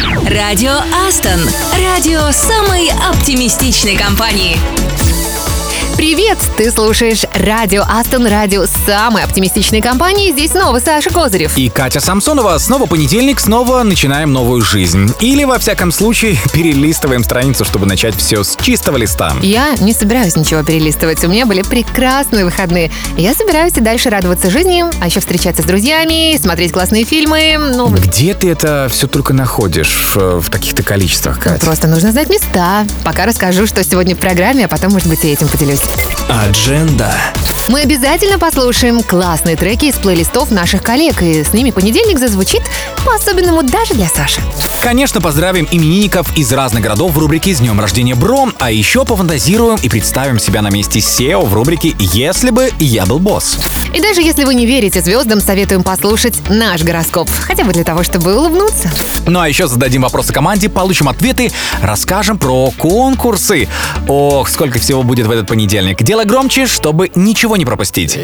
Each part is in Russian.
Радио Астон. Радио самой оптимистичной компании. Привет! Ты слушаешь Радио Астон, радио самой оптимистичной компании. Здесь снова Саша Козырев. И Катя Самсонова. Снова понедельник, снова начинаем новую жизнь. Или, во всяком случае, перелистываем страницу, чтобы начать все с чистого листа. Я не собираюсь ничего перелистывать. У меня были прекрасные выходные. Я собираюсь и дальше радоваться жизни, а еще встречаться с друзьями, смотреть классные фильмы. Где ты это все только находишь в таких-то количествах, Катя? Просто нужно знать места. Пока расскажу, что сегодня в программе, а потом, может быть, и этим поделюсь. Адженда. Мы обязательно послушаем классные треки из плейлистов наших коллег, и с ними понедельник зазвучит по-особенному даже для Саши. Конечно, поздравим именинников из разных городов в рубрике «С днем рождения, бро!», а еще пофантазируем и представим себя на месте SEO в рубрике «Если бы я был босс». И даже если вы не верите звездам, советуем послушать наш гороскоп, хотя бы для того, чтобы улыбнуться. Ну а еще зададим вопросы команде, получим ответы, расскажем про конкурсы. Ох, сколько всего будет в этот понедельник. Делай громче, чтобы ничего не пропустить.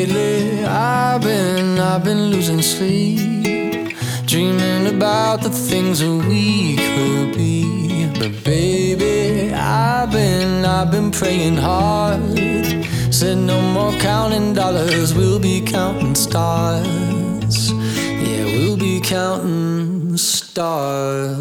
Dreaming about the things that we could be. But baby, I've been praying hard. Said no more counting dollars, we'll be counting stars. Yeah, we'll be counting stars.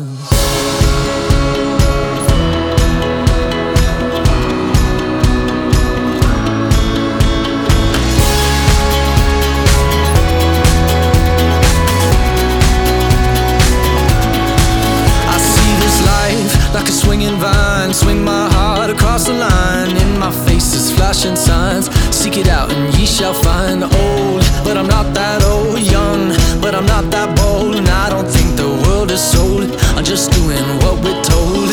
Like a swinging vine, swing my heart across the line. In my face is flashing signs. Seek it out and ye shall find. Old, but I'm not that old. Young, but I'm not that bold. And I don't think the world is sold. I'm just doing what we're told.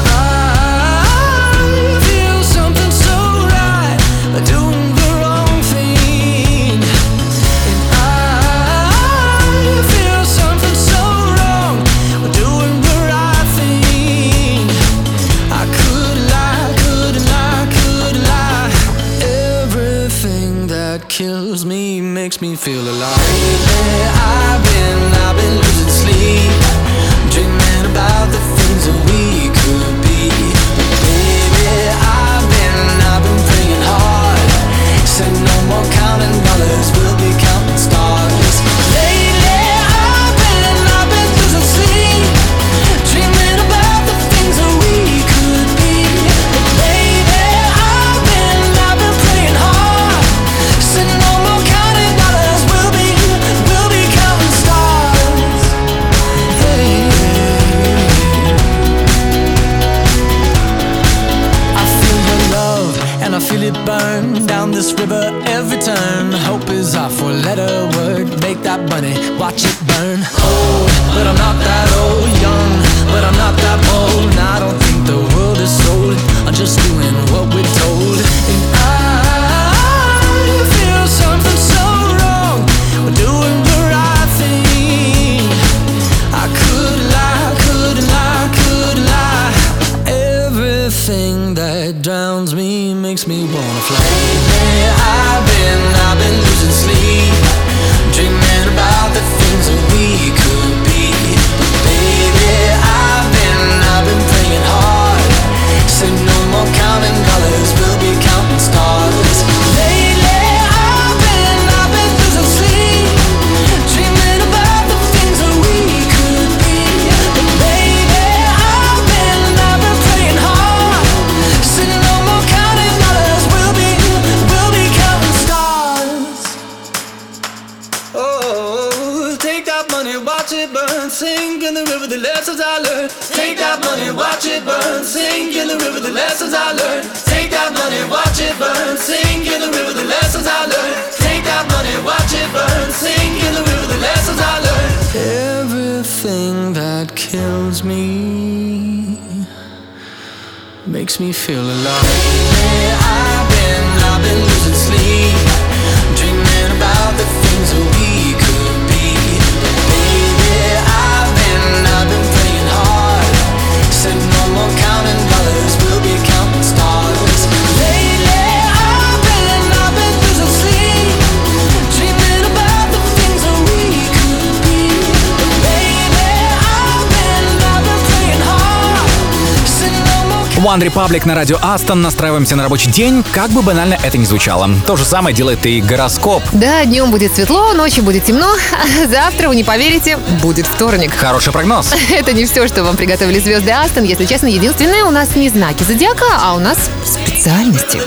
I feel something so right, doing the wrong thing. And I feel something so wrong, doing the right thing. I could lie, could lie. Everything that kills me makes me feel alive. Lately, I've been losing sleep, dreaming about the things that we could be. Baby, I've been praying hard. Said no more counting dollars, we'll be counting stars. Lately, I've been losing sleep, dreaming about the things that we could be. Baby, I've been praying hard. Said no more counting dollars, we'll be counting stars. Hey. I feel your love and I feel it burn down this river every turn. Hope is our four-letter word. Make that money, watch it burn. Old, but I'm not that old. Young, but I'm not that bold. And I don't think the world is sold. I'm just doing what we're told. And I feel something so wrong. We're doing the right thing. I could lie, could lie. Everything that drowns me makes me wanna fly. Lately, I've been losing sleep, dreaming about the things that we could be. Baby, I've been praying hard. Said no more counting dollars, we'll be counting stars. Lately, I've been losing sleep, dreaming about the things that we could be. But baby, I've been praying hard. Said no more counting dollars, we'll be counting stars. Oh, take that money, watch it burn, sink in the river, the lessons I learned. Take that money, watch it burn, sink in the river, the lessons I learned. Take that money, watch it burn, sink in the river, the lessons I learned. Take that money, watch it burn, sink in the river, the lessons I learned. Everything that kills me makes me feel alive. Lately, I've been losing sleep, dreaming about the things that we could be. Baby, I've been praying hard. Said no more counting dollars, we'll be counting stars. Lately, I've been losing sleep, dreaming about the things that we could be. Baby, I've been One Republic на радио Астон. Настраиваемся на рабочий день, как бы банально это ни звучало. То же самое делает и гороскоп. Да, днем будет светло, ночью будет темно, а завтра, вы не поверите, будет вторник. Хороший прогноз. Это не все, что вам приготовили звезды Астон. Если честно, единственное, у нас не знаки зодиака, а у нас специальности.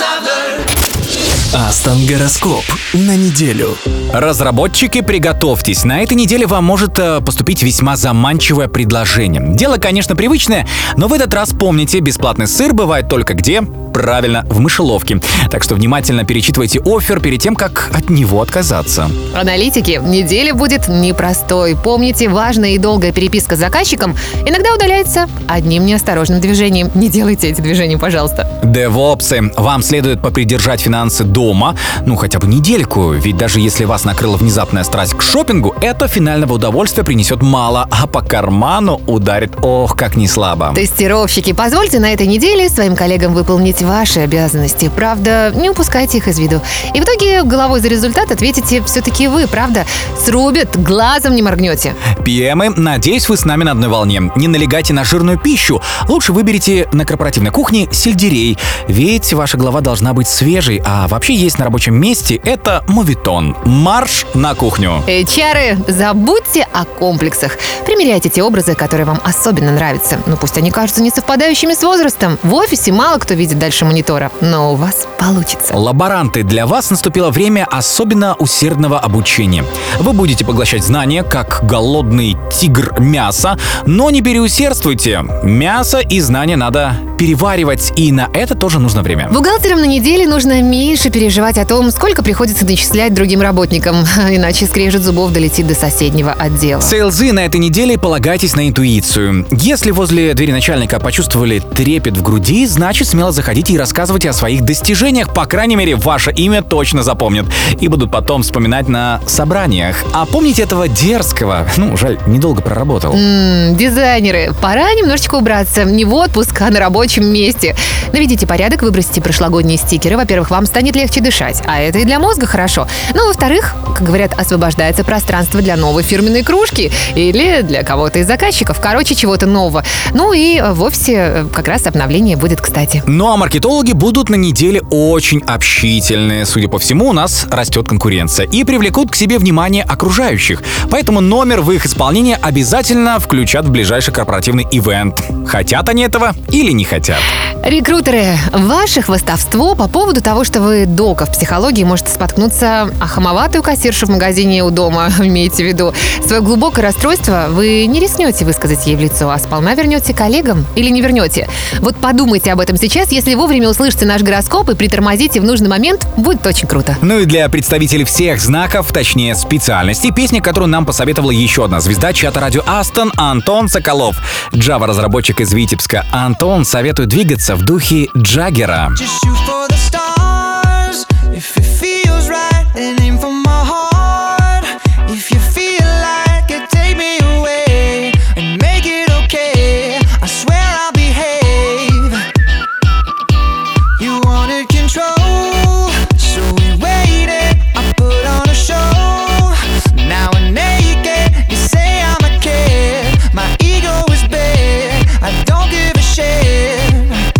Астон гороскоп на неделю. Разработчики, приготовьтесь. На этой неделе вам может поступить весьма заманчивое предложение. Дело, конечно, привычное, но в этот раз помните, бесплатный сыр бывает только где? Правильно, в мышеловке. Так что внимательно перечитывайте оффер перед тем, как от него отказаться. Аналитики, неделя будет непростой. Помните, важная и долгая переписка с заказчиком иногда удаляется одним неосторожным движением. Не делайте эти движения, пожалуйста. Девопсы, вам следует попридержать финансы дома, хотя бы недельку, ведь даже если вас накрыла внезапная страсть к шопингу, это финального удовольствия принесет мало, а по карману ударит, как не слабо. Тестировщики, позвольте на этой неделе своим коллегам выполнить ваши обязанности. Правда, не упускайте их из виду. И в итоге головой за результат ответите все-таки вы, правда? Срубят, глазом не моргнете. ПМы, надеюсь, вы с нами на одной волне. Не налегайте на жирную пищу. Лучше выберите на корпоративной кухне сельдерей, ведь ваша голова должна быть свежей, а вообще есть на рабочем месте это моветон. Марш на кухню. HR, забудьте о комплексах. Примеряйте те образы, которые вам особенно нравятся. Пусть они кажутся не совпадающими с возрастом. В офисе мало кто видит дальше монитора, но у вас получится. Лаборанты, для вас наступило время особенно усердного обучения. Вы будете поглощать знания, как голодный тигр мяса, но не переусердствуйте. Мясо и знания надо переваривать, и на это тоже нужно время. Бухгалтерам на неделе нужно меньше переживать о том, сколько приходится начислять другим работникам, иначе скрежет зубов долетит до соседнего отдела. Сейлзы, на этой неделе полагайтесь на интуицию. Если возле двери начальника почувствовали трепет в груди, значит смело заходите и рассказывайте о своих достижениях. По крайней мере, ваше имя точно запомнят и будут потом вспоминать на собраниях. А помните этого дерзкого? Жаль, недолго проработал. Дизайнеры, пора немножечко убраться. Не в отпуск, а на рабочем месте. Наведите порядок, выбросите прошлогодние стикеры. Во-первых, вам станет легче дышать, а это и для мозга хорошо. Во-вторых, как говорят, освобождается пространство для новой фирменной кружки или для кого-то из заказчиков. Короче, чего-то нового. И в офисе как раз обновление будет кстати. А маркетологи будут на неделе очень общительны. Судя по всему, у нас растет конкуренция и привлекут к себе внимание окружающих. Поэтому номер в их исполнении обязательно включат в ближайший корпоративный ивент. Хотят они этого или не хотят? Рекрутеры, ваше хвастовство по поводу того, что вы дока в психологии, может споткнуться о хамоватую кассиршу в магазине у дома, имейте в виду. Свое глубокое расстройство вы не рискнете высказать ей в лицо, а сполна вернете коллегам или не вернете. Вот подумайте об этом сейчас, если вовремя услышите наш гороскоп и притормозите в нужный момент, будет очень круто. И для представителей всех знаков, точнее специальностей, песня, которую нам посоветовала еще одна звезда чата радио Астон, Антон Соколов. Java-разработчик из Витебска. Антон советует двигаться в духе Джаггера.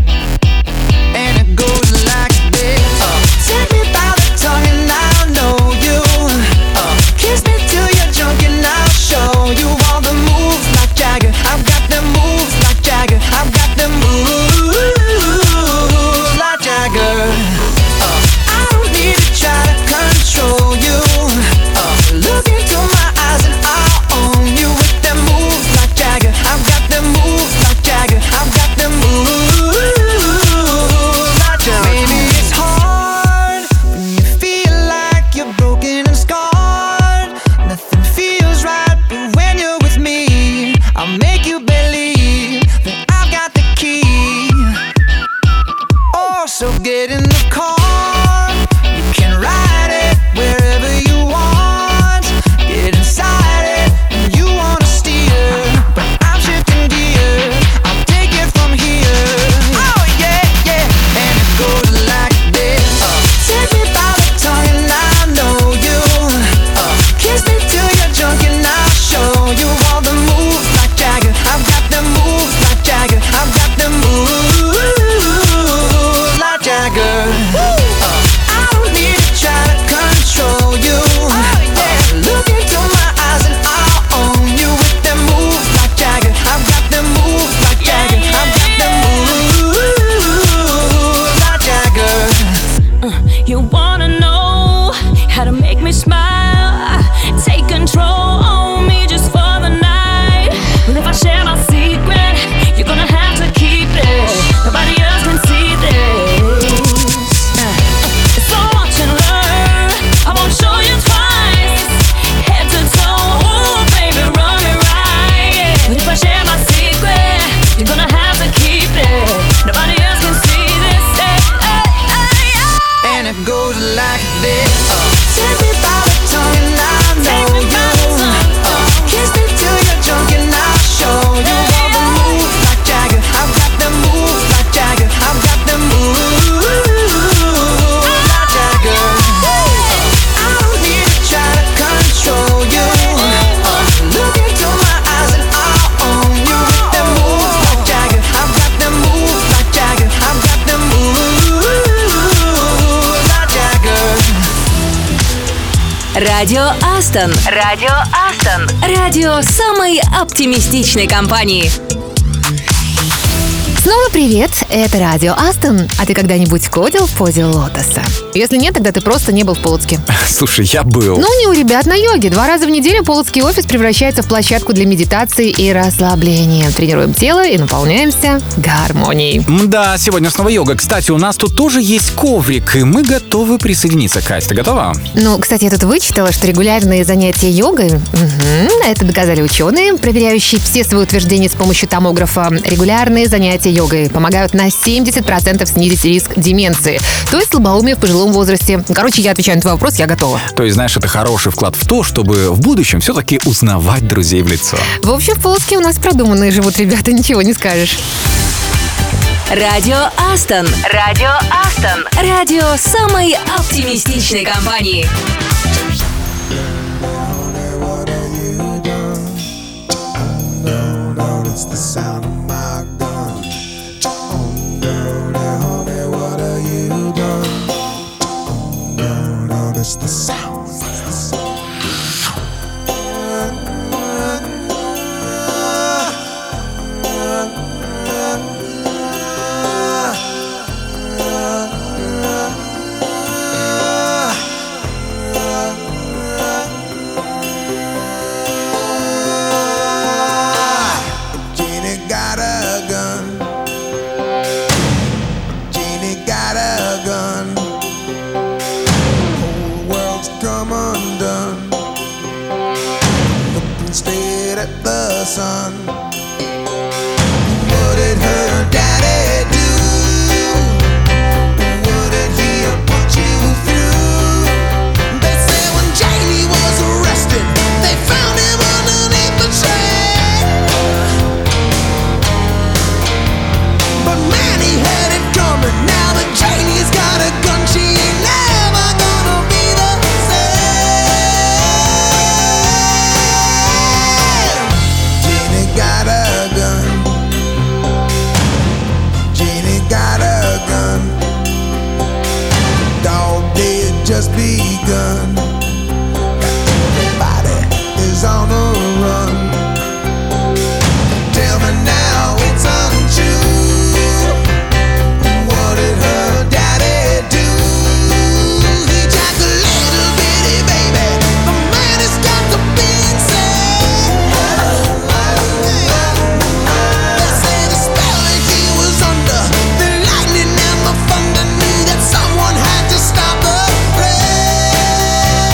And it goes like this. Take me by the tongue and I know Радио Астон. Радио Астон. Радио самой оптимистичной компании. Снова привет, это Радио Астон. А ты когда-нибудь кодил в позе лотоса? Если нет, тогда ты просто не был в Полоцке. Слушай, я был. Ну, не у ребят на йоге. 2 раза в неделю Полоцкий офис превращается в площадку для медитации и расслабления. Тренируем тело и наполняемся гармонией. Да, сегодня снова йога. Кстати, у нас тут тоже есть коврик, и мы готовы присоединиться. Кать, ты готова? Ну, кстати, я тут вычитала, что регулярные занятия йогой, это доказали ученые, проверяющие все свои утверждения с помощью томографа. Регулярные занятия йогой помогают на 70% снизить риск деменции, то есть слабоумия в пожилом возрасте. Короче, я отвечаю на твой вопрос, я готова. То есть, знаешь, это хороший вклад в то, чтобы в будущем все-таки узнавать друзей в лицо. В общем, в Полоцке у нас продуманные живут ребята, ничего не скажешь. Радио Астон. Радио Астон. Радио самой оптимистичной компании. Sun. What did her daddy do? What did he put you through? They say when Jamie was arrested, they found him underneath the train. But man, he had it coming. Now that Jamie's got a gun, she ain't never gonna be the got a gun. Jeannie got a gun. Dog days just begun. Everybody is on the run. Tell me now it's untrue. What did her daddy do? He jacked a little bitty baby. The man has got to be insane. They say the spell that he was under, the lightning and the thunder knew that someone had to stop the rain.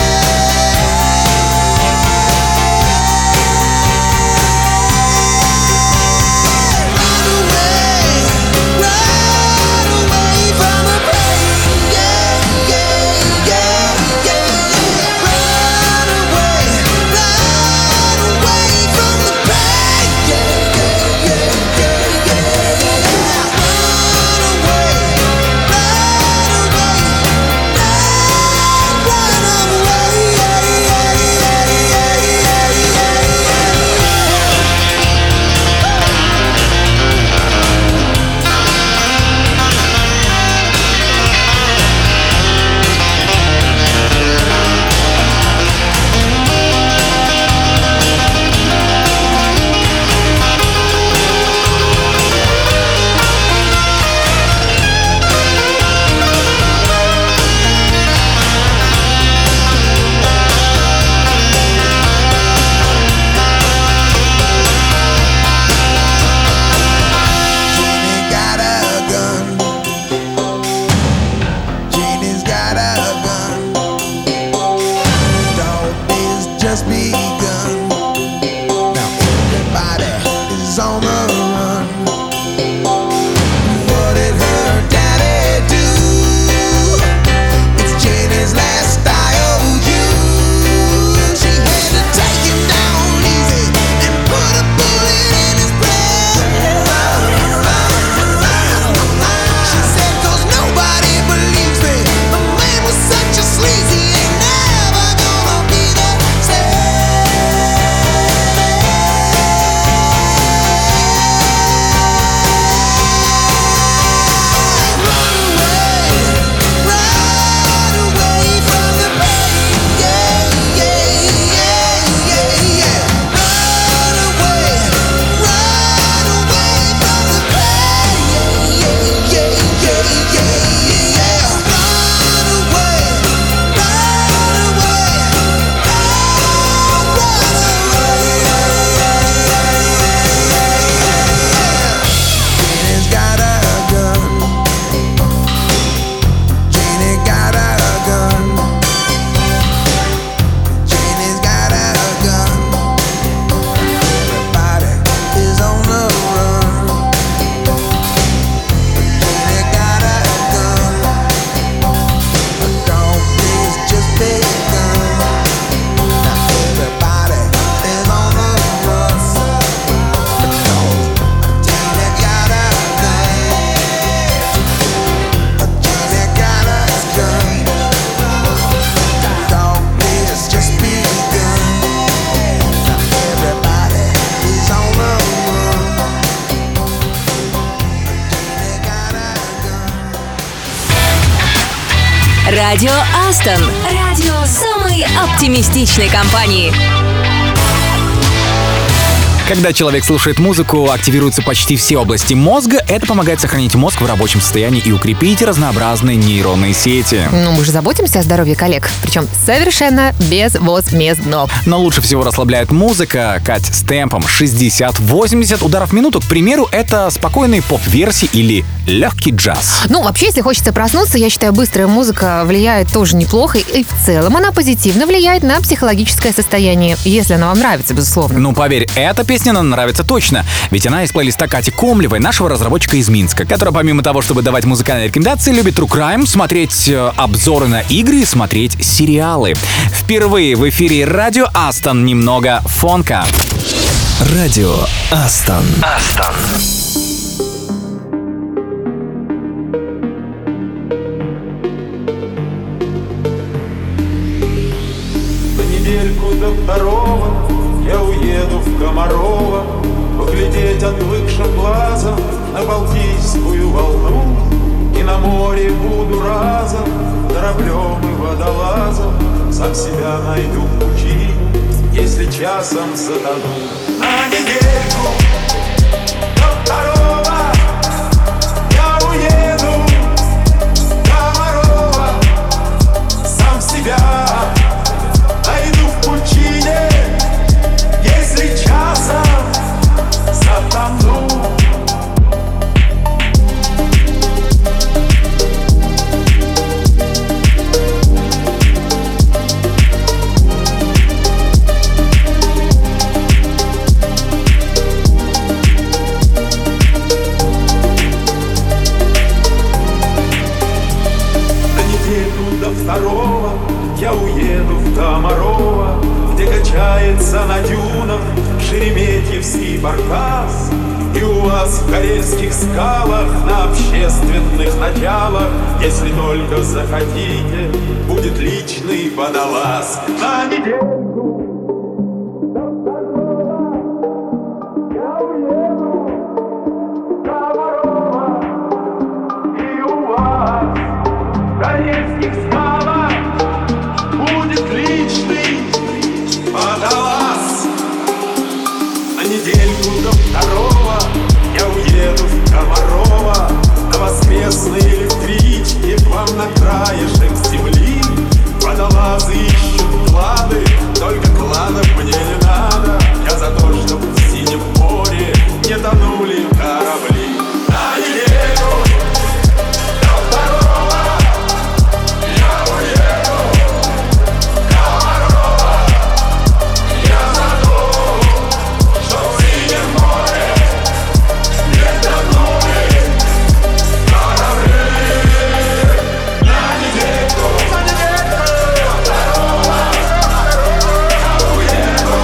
Радио Астон. Радио самой оптимистичной компании. Когда человек слушает музыку, активируются почти все области мозга. Это помогает сохранить мозг в рабочем состоянии и укрепить разнообразные нейронные сети. Ну, мы же заботимся о здоровье коллег. Причем совершенно безвозмездно. Но лучше всего расслабляет музыка, Кать, с темпом 60-80 ударов в минуту. К примеру, это спокойные поп-версии или легкий джаз. Ну, вообще, если хочется проснуться, я считаю, быстрая музыка влияет тоже неплохо. И в целом она позитивно влияет на психологическое состояние, если она вам нравится, безусловно. Ну, поверь, эта песня нам нравится точно, ведь она из плейлиста Кати Комлевой, нашего разработчика из Минска, которая помимо того, чтобы давать музыкальные рекомендации, любит True Crime, смотреть обзоры на игры и смотреть сериалы. Впервые в эфире Радио Астон немного фонка. Радио Астон. На недельку до второго я уеду в Комарово, поглядеть отвыкшим глазом на Балтийскую волну. И на море буду разом кораблем и водолазом, сам себя найду в пучине, если часом затону. На недельку до второго я уеду в Комарово, сам себя найду в пучине, если часом затону. Второго я уеду в Комарово, где качается на дюнах Шереметьевский баркас. И у вас в карельских скалах на общественных началах, если только захотите, будет личный водолаз. На недельку я уеду в Комарово, и у вас в карельских скалах будет личный водолаз. На недельку до второго я уеду в Комарово, на воскресной электричке к вам на краешек земли. Водолазы ищут клады, только кладов мне не надо. Я за то, чтобы в синем море не тонули корабли. На недельку до второго я уеду в Комарово. Я за то, что в синем море не тонули корабли. На недельку до второго я уеду.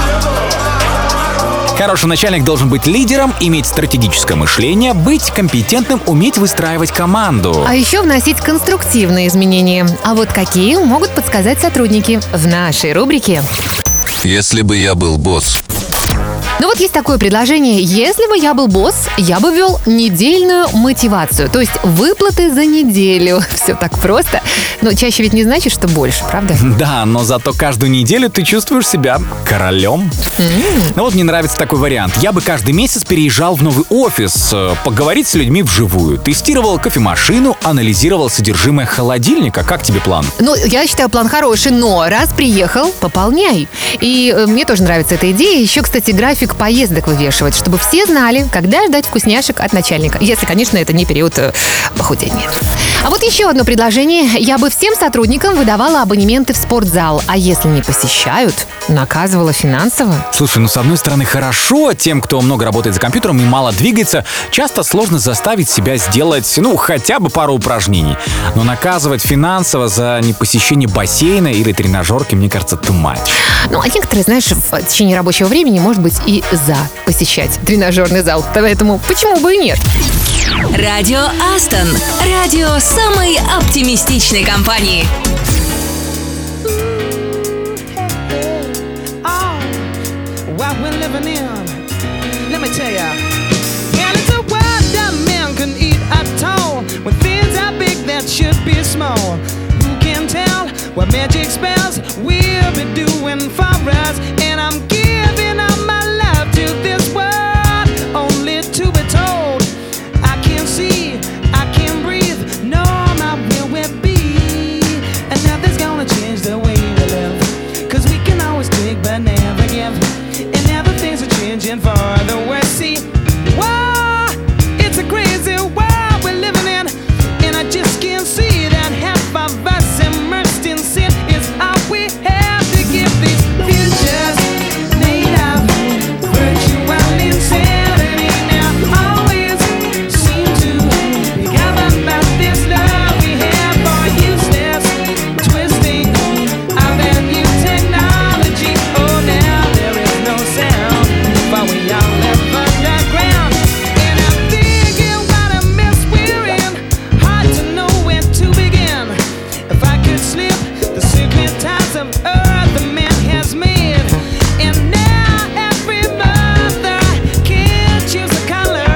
Хороший начальник должен быть лидером, иметь стратегическое мышление, быть компетентным, уметь выстраивать команду. А еще вносить конструктивные изменения. А вот какие могут подсказать сотрудники в нашей рубрике. Если бы я был босс. Ну вот есть такое предложение. Если бы я был босс, я бы ввел недельную мотивацию. То есть выплаты за неделю. Все так просто. Но чаще ведь не значит, что больше, правда? Да, но зато каждую неделю ты чувствуешь себя королем. Ну вот мне нравится такой вариант. Я бы каждый месяц переезжал в новый офис, поговорить с людьми вживую, тестировал кофемашину, анализировал содержимое холодильника. Как тебе план? Ну, я считаю, план хороший, но раз приехал, пополняй. И мне тоже нравится эта идея. Еще, кстати, график поездок вывешивать, чтобы все знали, когда ждать вкусняшек от начальника. Если, конечно, это не период похудения. А вот еще одно предложение. Я бы всем сотрудникам выдавала абонементы в спортзал. А если не посещают, наказывала финансово. Слушай, ну с одной стороны хорошо, тем, кто много работает за компьютером и мало двигается, часто сложно заставить себя сделать, ну, хотя бы пару упражнений. Но наказывать финансово за непосещение бассейна или тренажерки, мне кажется, too much. Ну, а некоторые, знаешь, в течение рабочего времени, может быть, и за посещать тренажерный зал. Поэтому почему бы и нет? Радио Астон. Радио самой оптимистичной компании. What we're living in, let me tell ya. And it's a world that man can eat at all. When things are big, that should be small. what magic spells will be doing for us. And I'm giving all my love to this world, only to be told I can't see, I can't breathe, no, my will be. And nothing's gonna change the way we live, 'cause we can always take but never give. And now the things are changing for the worse. See, whoa, it's a crazy world we're living in, and I just can't see that half of us immersed in sin is all we have to give. These futures made of virtual insanity now always seem to be governed by this love we have for useless twisting of that new technology. Oh, now there is no sound, but we all live underground. And I'm thinking what a mess we're in, hard to know where to begin. If I could slip the secret ties of earth the man has made, and now every mother can choose a color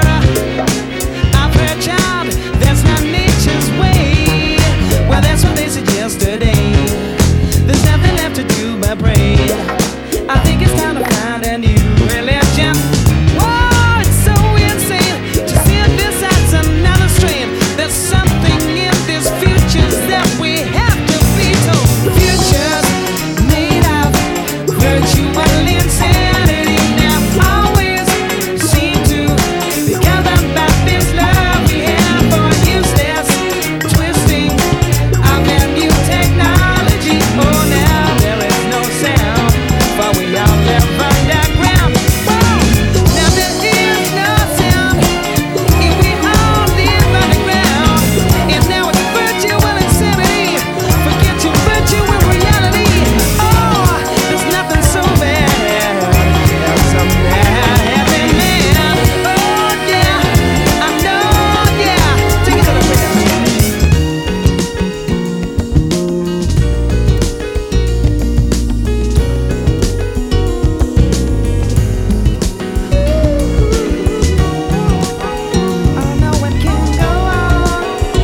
of her child. That's not nature's way. Well, that's what they suggest today. There's nothing left to do but pray. I think it's time to find a new religion. Whoa, it's so insane to see this as another strain. There's something in these futures that we have to be told. Futures made of virtual insanity now always seem to be governed by this love we have for useless twisting of that new technology. Oh, now there is no sound, for we all live underground. Whoa, now there is no sound, and we all live underground. And now it's virtual insanity. Forget your virtual reality. Oh, there's nothing so bad as some bad happy man. Oh yeah, I know, yeah. Take it to the rhythm. I know it can go on.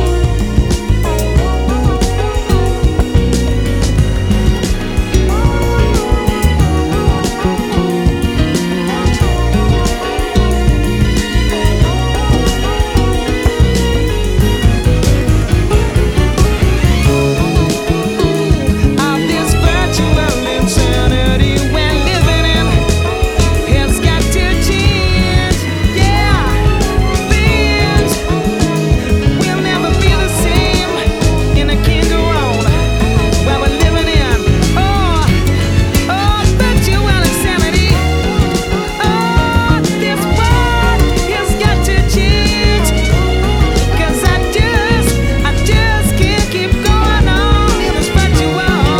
Of this virtual insanity we're living in, it's got to change. Yeah, things will never be the same, and it can't go on where we're living in. Oh, virtual insanity. Oh, this world has got to change, 'cause I just can't keep going on in this virtual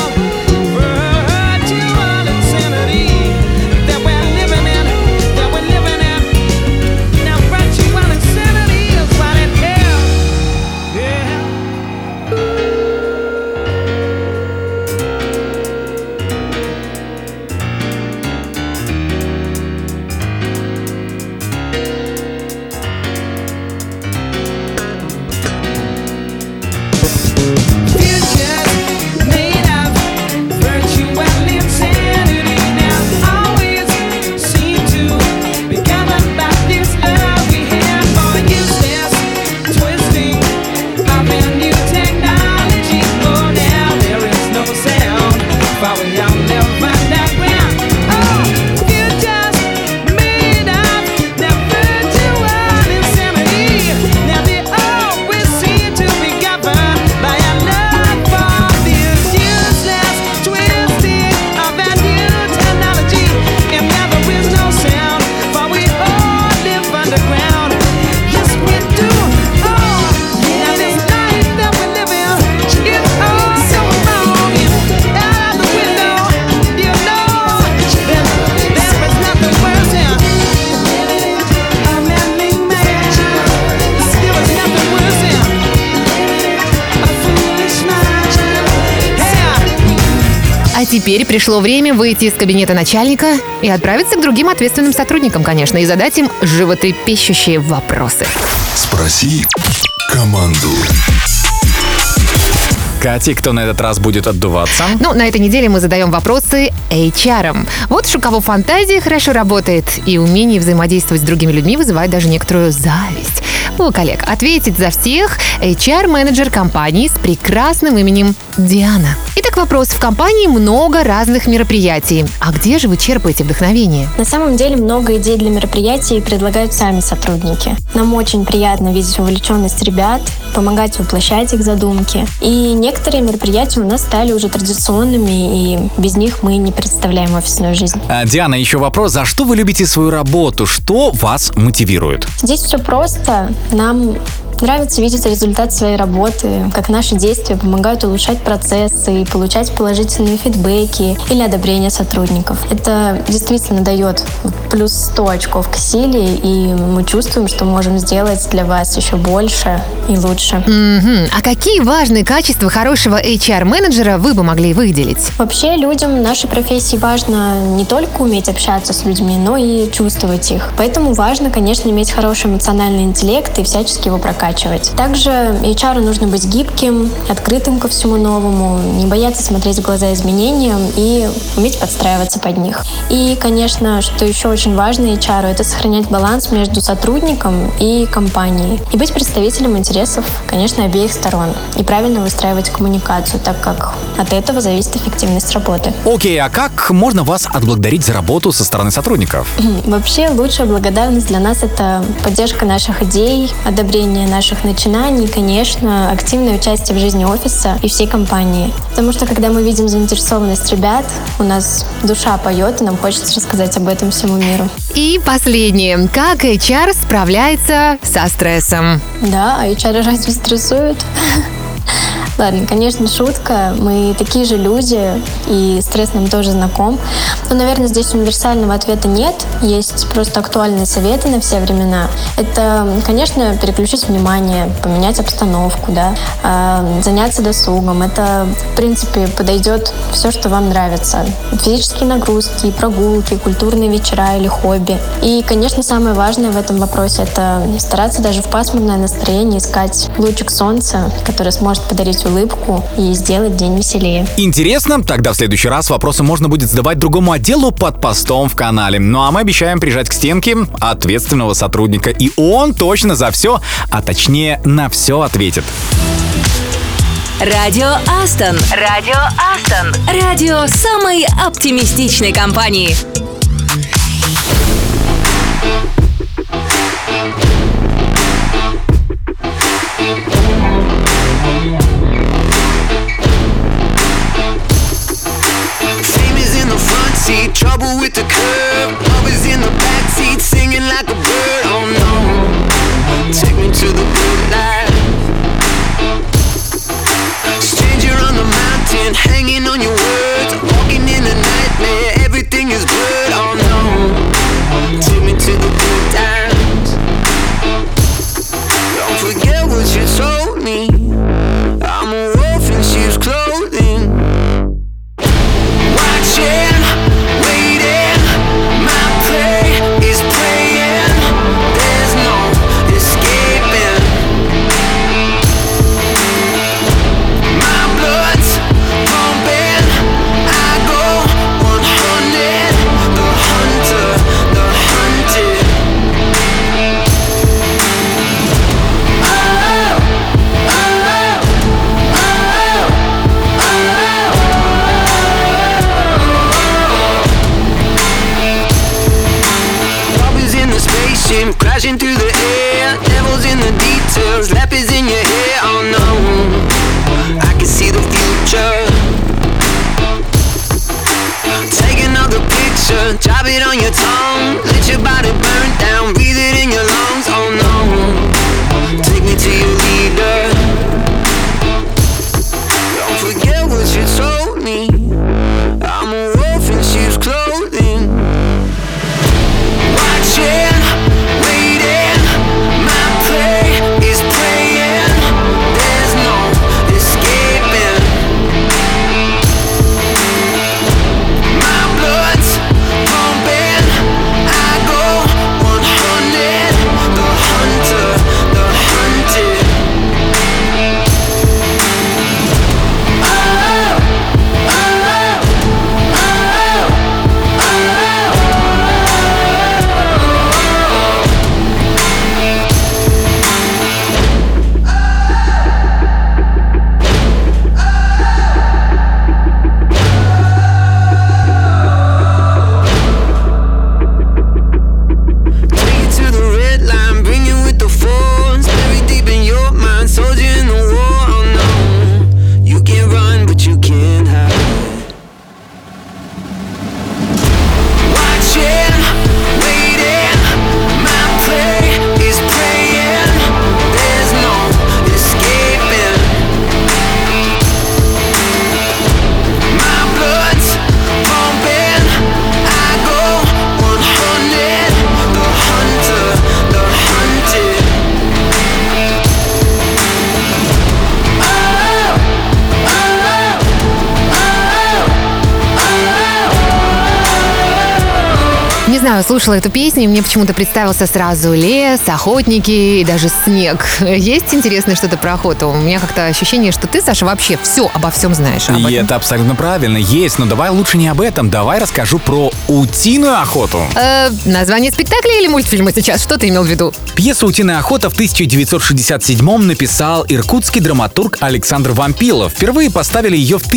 insanity that we're living in, Now virtual insanity is what it is. Yeah. Futures made of virtual insanity now always seem to be governed by this love we have for useless twisting of a new technology. Oh, now there is no sound, but we all live underground. Oh, futures made of that virtual insanity. Now they always seem to be governed by a love for this useless twisting of that new technology. And now there is no sound, for we all live underground. Yes, we do. Oh, now this life that we live in is all so wrong. And out of the window, you know that there is nothing worse than a man-made man. There is nothing worse than a foolish mind. Yeah. А теперь пришло время выйти из кабинета начальника и отправиться к другим ответственным сотрудникам, конечно, и задать им животрепещущие вопросы. Спроси команду. Катя, кто на этот раз будет отдуваться? Ну, на этой неделе мы задаем вопросы HR. Вот уж у кого фантазия хорошо работает и умение взаимодействовать с другими людьми вызывает даже некоторую зависть. У коллег ответить за всех HR-менеджер компании с прекрасным именем Диана. Итак, вопрос. В компании много разных мероприятий. А где же вы черпаете вдохновение? На самом деле много идей для мероприятий предлагают сами сотрудники. Нам очень приятно видеть вовлеченность ребят, помогать воплощать их задумки. И некоторые мероприятия у нас стали уже традиционными, и без них мы не представляем офисную жизнь. Диана, еще вопрос. За что вы любите свою работу? Что вас мотивирует? Здесь все просто. Нам нравится видеть результат своей работы, как наши действия помогают улучшать процессы и получать положительные фидбэки или одобрение сотрудников. Это действительно дает плюс 100 очков к силе, и мы чувствуем, что можем сделать для вас еще больше и лучше. А какие важные качества хорошего HR-менеджера вы бы могли выделить? Вообще людям в нашей профессии важно не только уметь общаться с людьми, но и чувствовать их. Поэтому важно, конечно, иметь хороший эмоциональный интеллект и всячески его прокачивать. Также HR нужно быть гибким, открытым ко всему новому, не бояться смотреть в глаза изменениям и уметь подстраиваться под них. И, конечно, что еще очень важно HR, это сохранять баланс между сотрудником и компанией. И быть представителем интересов, конечно, обеих сторон. И правильно выстраивать коммуникацию, так как от этого зависит эффективность работы. Окей, а как можно вас отблагодарить за работу со стороны сотрудников? Вообще, лучшая благодарность для нас — это поддержка наших идей, одобрение наших начинаний, конечно, активное участие в жизни офиса и всей компании. Потому что, когда мы видим заинтересованность ребят, у нас душа поет, и нам хочется рассказать об этом всему миру. И последнее. Как HR справляется со стрессом? Да, а HR разве стрессуют? Ладно, конечно, шутка. Мы такие же люди, и стресс нам тоже знаком. Но, наверное, здесь универсального ответа нет. Есть просто актуальные советы на все времена. Это, конечно, переключить внимание, поменять обстановку, да, заняться досугом. Это, в принципе, подойдет все, что вам нравится. Физические нагрузки, прогулки, культурные вечера или хобби. И, конечно, самое важное в этом вопросе — это стараться даже в пасмурное настроение искать лучик солнца, который сможет подарить улыбку и сделать день веселее. Интересно? Тогда в следующий раз вопросы можно будет задавать другому отделу под постом в канале. Ну а мы обещаем прижать к стенке ответственного сотрудника. И он точно за все, а точнее на все ответит. Радио Астон. Радио Астон. Радио самой оптимистичной компании. Trouble with the curb, lovers in the backseat singing like a bird. Oh no, take me to the good life. Stranger on the mountain, hanging on your words, walking in a nightmare, everything is blurred. Oh no, take me to the good times. Don't forget what you told me, I'm a wolf in sheep's clothing. Watching, waiting, my prey is praying. There's no escaping. My blood's pumping. I go 100. The hunter, the hunted. Oh, oh, oh, spaceship crashing through the air, devils in the details, leopards in your hair. Oh no, I can see the future. Take another picture, drop it on your tongue, let your body burn down, breathe it in your lungs. Oh no, take me to your leader. Don't forget what you told me, I'm a wolf in sheep's clothing. Watching, waiting, my prey знаю, слушала эту песню, и мне почему-то представился сразу лес, охотники и даже снег. Есть интересное что-то про охоту? У меня как-то ощущение, что ты, Саша, вообще все обо всем знаешь. И это абсолютно правильно. Есть, но давай лучше не об этом. Давай расскажу про утиную охоту. Название спектакля или мультфильма сейчас? Что ты имел в виду? Пьесу «Утиная охота» в 1967-м написал иркутский драматург Александр Вампилов. Впервые поставили ее в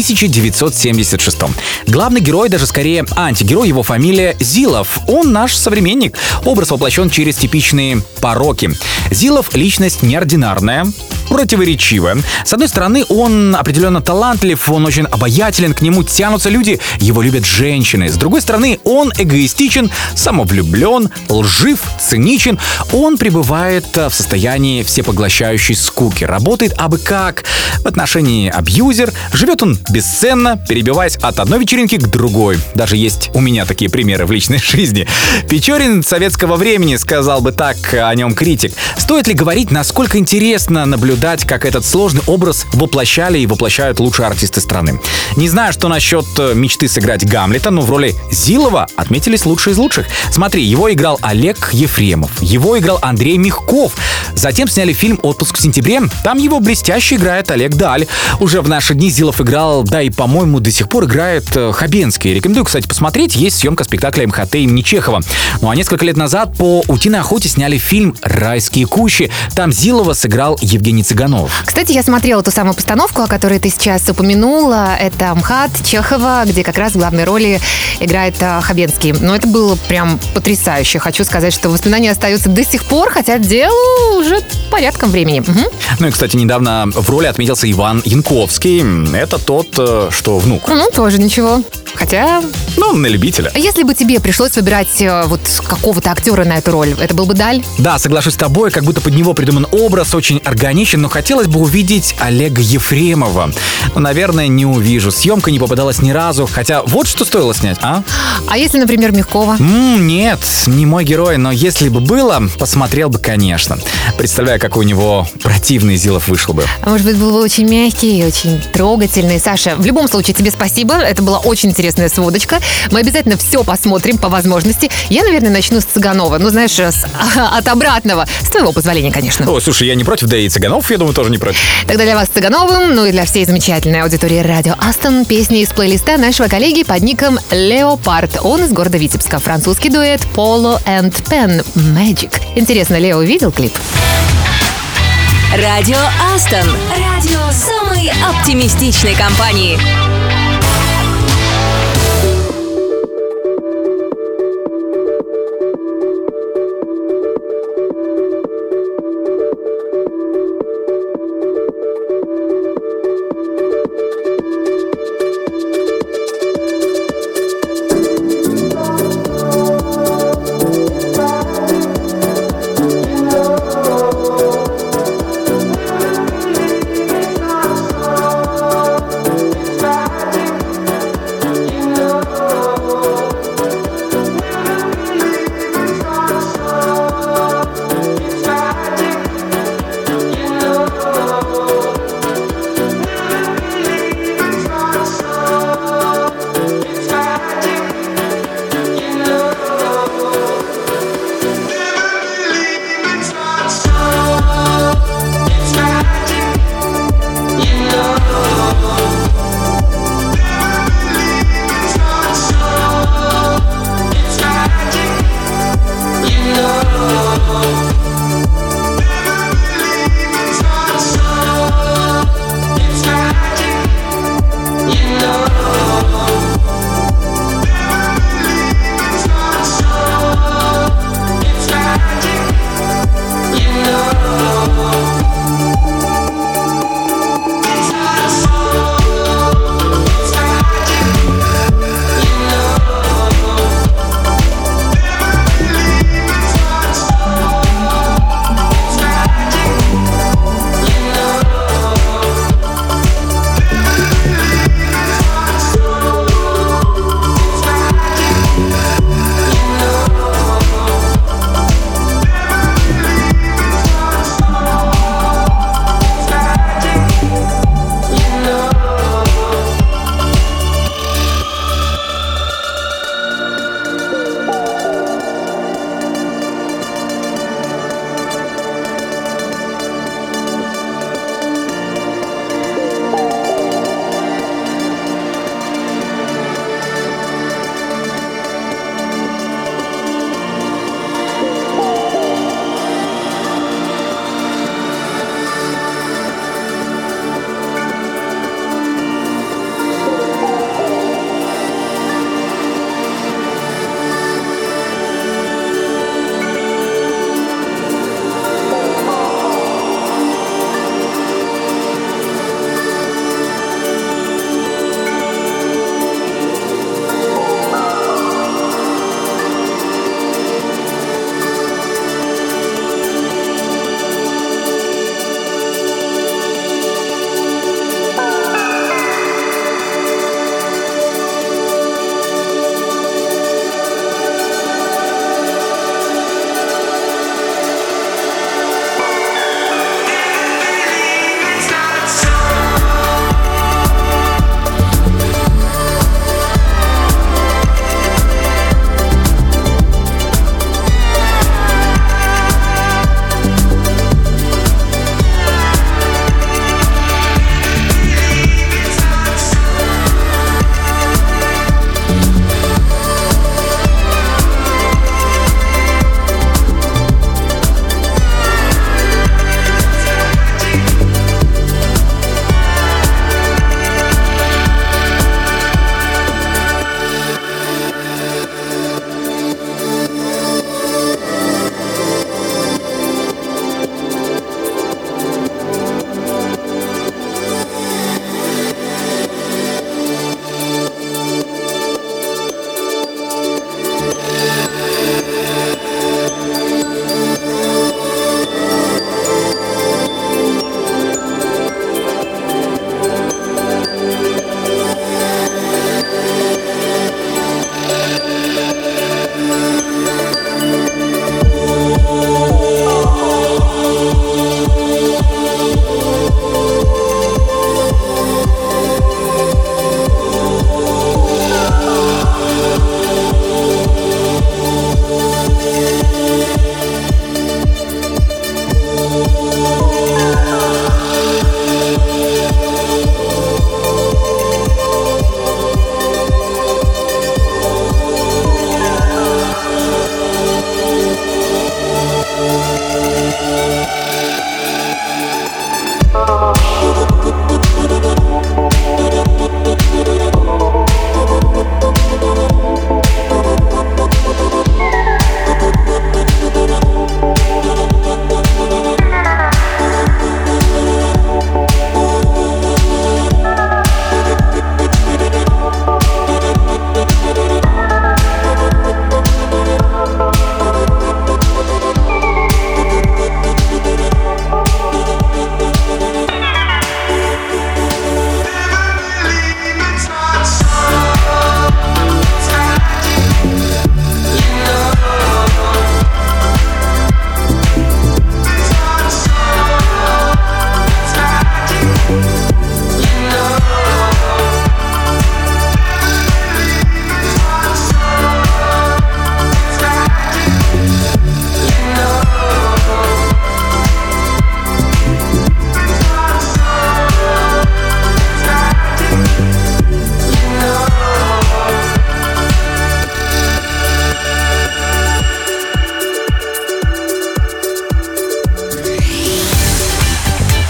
1976-м. Главный герой, даже скорее антигерой, его фамилия Зилов. Он наш современник. Образ воплощен через типичные пороки. Зилов — личность неординарная, противоречивая. С одной стороны, он определенно талантлив, он очень обаятелен, к нему тянутся люди, его любят женщины. С другой стороны, он эгоистичен, самовлюблен, лжив, циничен. Он пребывает в состоянии всепоглощающей скуки, работает абы как. В отношении абьюзер, живет он бесценно, перебиваясь от одной вечеринки к другой. Даже есть у меня такие примеры в личной жизни. Печорин советского времени, сказал бы так о нем критик. Стоит ли говорить, насколько интересно наблюдать, как этот сложный образ воплощали и воплощают лучшие артисты страны. Не знаю, что насчет мечты сыграть Гамлета, но в роли Зилова отметились лучшие из лучших. Смотри, его играл Олег Ефремов, его играл Андрей Мягков. Затем сняли фильм «Отпуск в сентябре». Там его блестяще играет Олег Даль. Уже в наши дни Зилов играл, да и, по-моему, до сих пор играет Хабенский. Рекомендую, кстати, посмотреть. Есть съемка спектакля МХТ имени Чехова. Ну а несколько лет назад по «Утиной охоте» сняли фильм «Райские кущи». Там Зилова сыграл Евгений Цыганов. Кстати, я смотрела ту самую постановку, о которой ты сейчас упомянула. Это МХАТ Чехова, где как раз в главной роли играет Хабенский. Но это было прям потрясающе. Хочу сказать, что воспоминания остаются до сих пор, хотя делу уже порядком времени. Угу. Ну и, кстати, недавно в роли отметился Иван Янковский. Это тот, что внук. Ну, тоже ничего. Хотя... Ну, на любителя. Если бы тебе пришлось выбирать вот какого-то актера на эту роль, это был бы Даль? Да, соглашусь с тобой, как будто под него придуман образ, очень органичен, но хотелось бы увидеть Олега Ефремова. Но, наверное, не увижу. Съемка не попадалась ни разу, хотя вот что стоило снять, а? А если, например, Мягкова? Нет, не мой герой, но если бы было, посмотрел бы, конечно. Представляю, какой у него противный Зилов вышел бы. А может быть, был бы очень мягкий, очень трогательный. Саша, в любом случае, тебе спасибо. Это была очень интересная сводочка. Мы обязательно все посмотрим по возможности. Я, наверное, начну с Цыганова. Ну, знаешь, от обратного. С твоего позволения, конечно. О, слушай, я не против, да и Цыганов, я думаю, тоже не против. Тогда для вас с Цыгановым, ну и для всей замечательной аудитории радио Астон, песни из плейлиста нашего коллеги под ником Леопард. Он из города Витебска. Французский дуэт Polo and Pen Magic. Интересно, Лео видел клип? Радио Астон. Радио самой оптимистичной компании. Try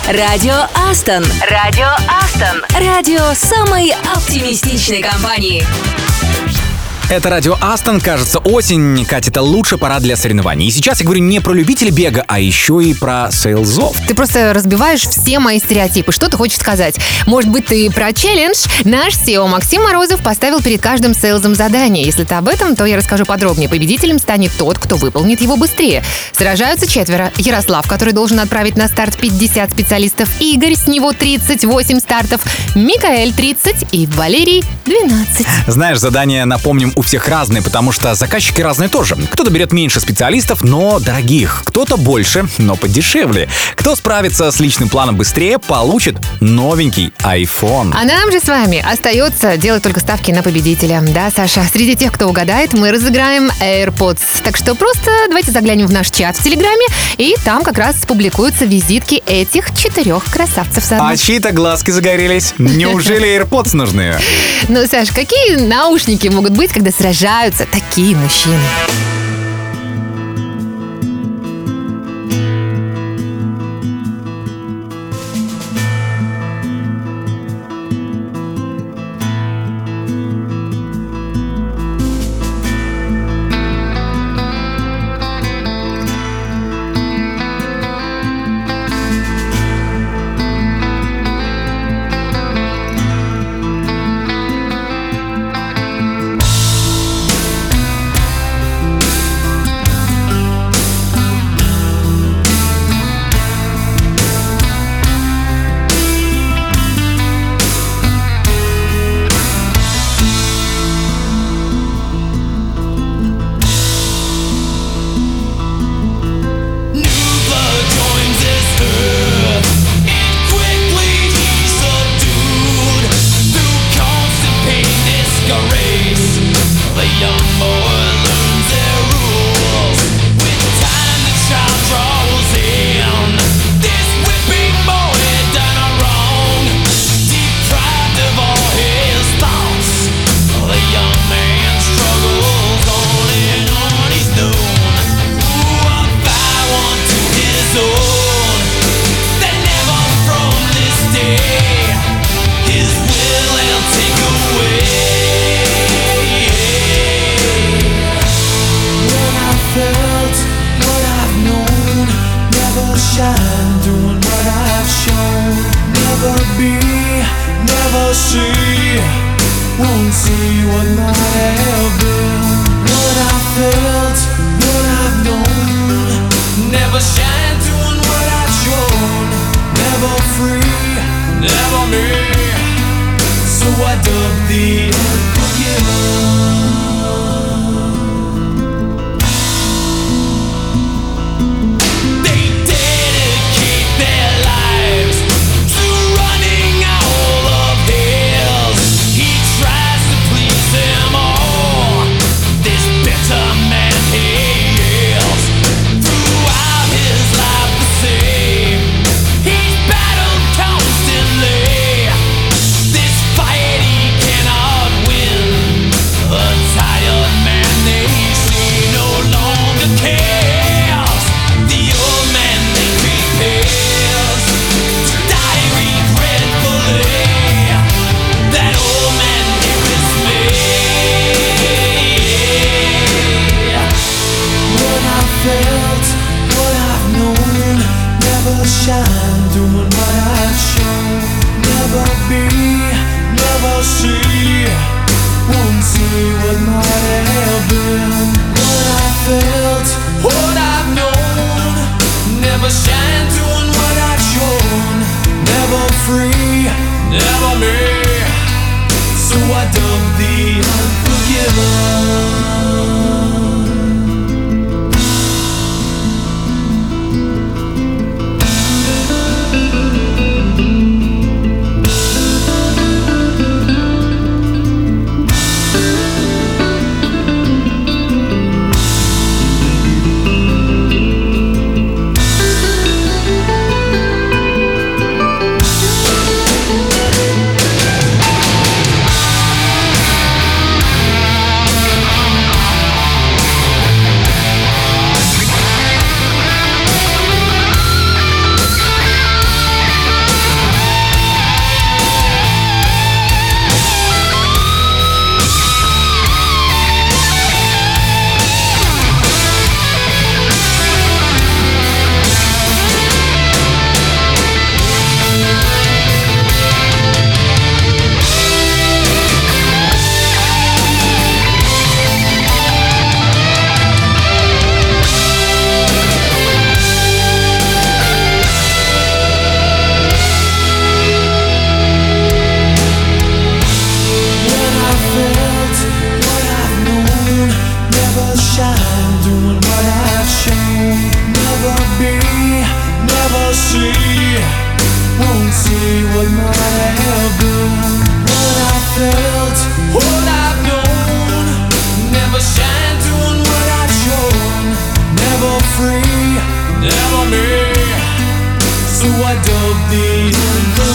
Радио Астон. Радио Астон. Радио самой оптимистичной компании. Это радио Астон. Кажется, осень. Катя, это лучшая пора для соревнований. И сейчас я говорю не про любителей бега, а еще и про сейлзов. Ты просто разбиваешь все мои стереотипы. Что ты хочешь сказать? Может быть, ты про челлендж? Наш SEO Максим Морозов поставил перед каждым сейлзом задание. Если ты об этом, то я расскажу подробнее. Победителем станет тот, кто выполнит его быстрее. Сражаются 4. Ярослав, который должен отправить на старт 50 специалистов. Игорь, с него 38 стартов. Микаэль 30 и Валерий 12. Знаешь, задания, напомним, у всех разные, потому что заказчики разные тоже. Кто-то берет меньше специалистов, но дорогих. Кто-то больше, но подешевле. Кто справится с личным планом быстрее, получит новенький iPhone. А нам же с вами остается делать только ставки на победителя. Да, Саша? Среди тех, кто угадает, мы разыграем AirPods. Так что просто давайте заглянем в наш чат в Телеграме, и там как раз публикуются визитки этих 4 красавцев. А чьи-то глазки загорелись. Неужели AirPods нужны? Ну, Саш, какие наушники могут быть, когда сражаются такие мужчины?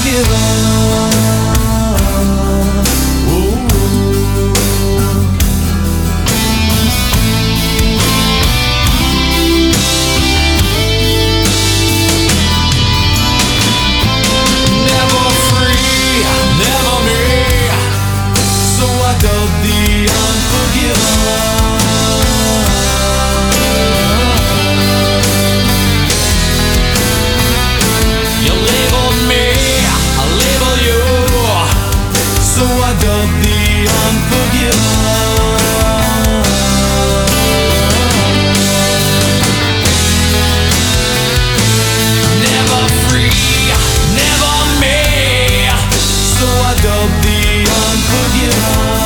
unforgiven. Never free, never me, so I dubbed the unforgiven. You labeled me, I label you, so I dubbed the unforgiven. Never free, never me, so I dubbed the unforgiven.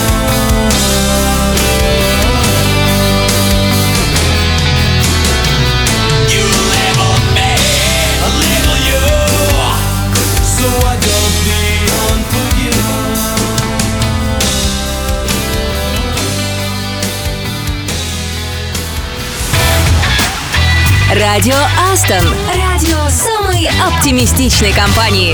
You labeled me, I label you, so I dubbed the unforgiven. Радио Астон. Радио самой оптимистичной компании.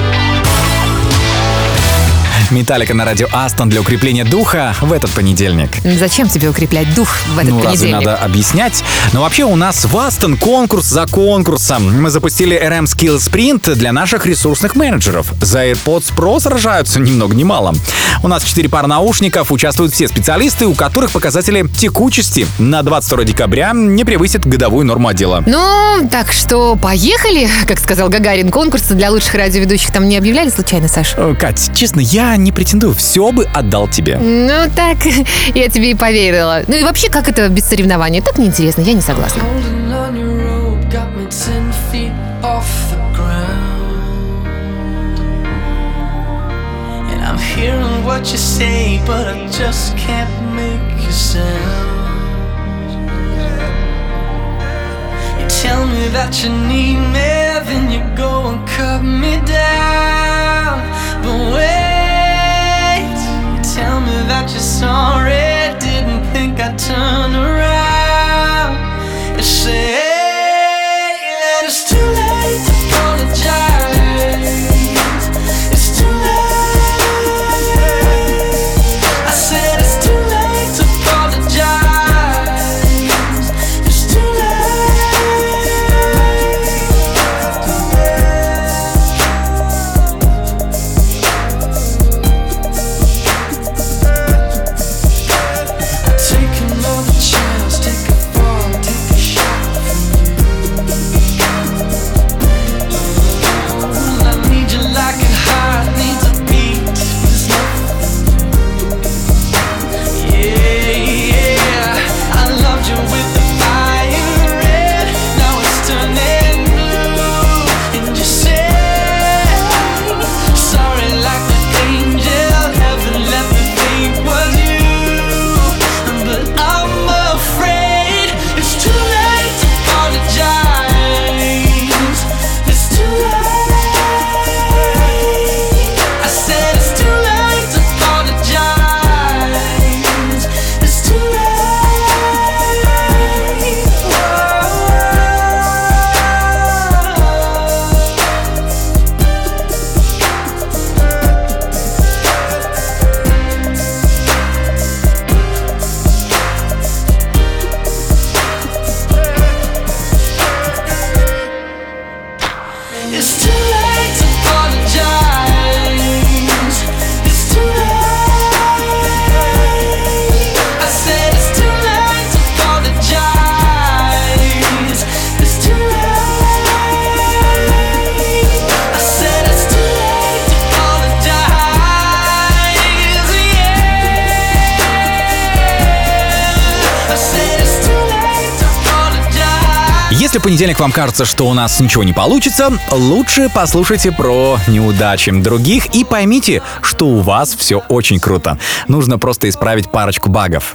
Металлика на радио Астон для укрепления духа в этот понедельник. Зачем тебе укреплять дух в этот Разве понедельник? надо объяснять? Но вообще у нас в Астон конкурс за конкурсом. Мы запустили RM Skill Sprint для наших ресурсных менеджеров. За AirPods Pro сражаются ни много ни мало. У нас 4 пары наушников, участвуют все специалисты, у которых показатели текучести на 22 декабря не превысят годовую норму отдела. Ну, так что поехали, как сказал Гагарин. Конкурсы для лучших радиоведущих там не объявляли случайно, Саш? Кать, честно, я не претендую, все бы отдал тебе. Ну так, я тебе и поверила. Ну и вообще, как это без соревнований? Так неинтересно, я не согласна. Holding on your rope got me 10 feet off the ground. And I'm hearing what you say, but I just can't make you sound. You tell me that you need me, then you go and cut me down. But wait, you tell me that you're sorry, didn't think I'd turn around. You say that it's too late to apologize. It's too late. I said it's too late to apologize. It's too take another chance, take a fall, take a shot from you. I need you like a heart needs a beat. There's nothing. Yeah, I loved you with the fire red. Now it's turning blue. And you say sorry like an angel. Heaven let me think was you. But I'm afraid it's too late to apologize. It's too late. I said it's too late to apologize. It's too late. It's too late to apologize. It's too late. I said it's too late to apologize. It's too late. I said it's too late to apologize. Yeah. I said it's too late to apologize. Если в понедельник вам кажется, что у нас ничего не получится, лучше послушайте про неудачи других и поймите, что у вас все очень круто. Нужно просто исправить парочку багов.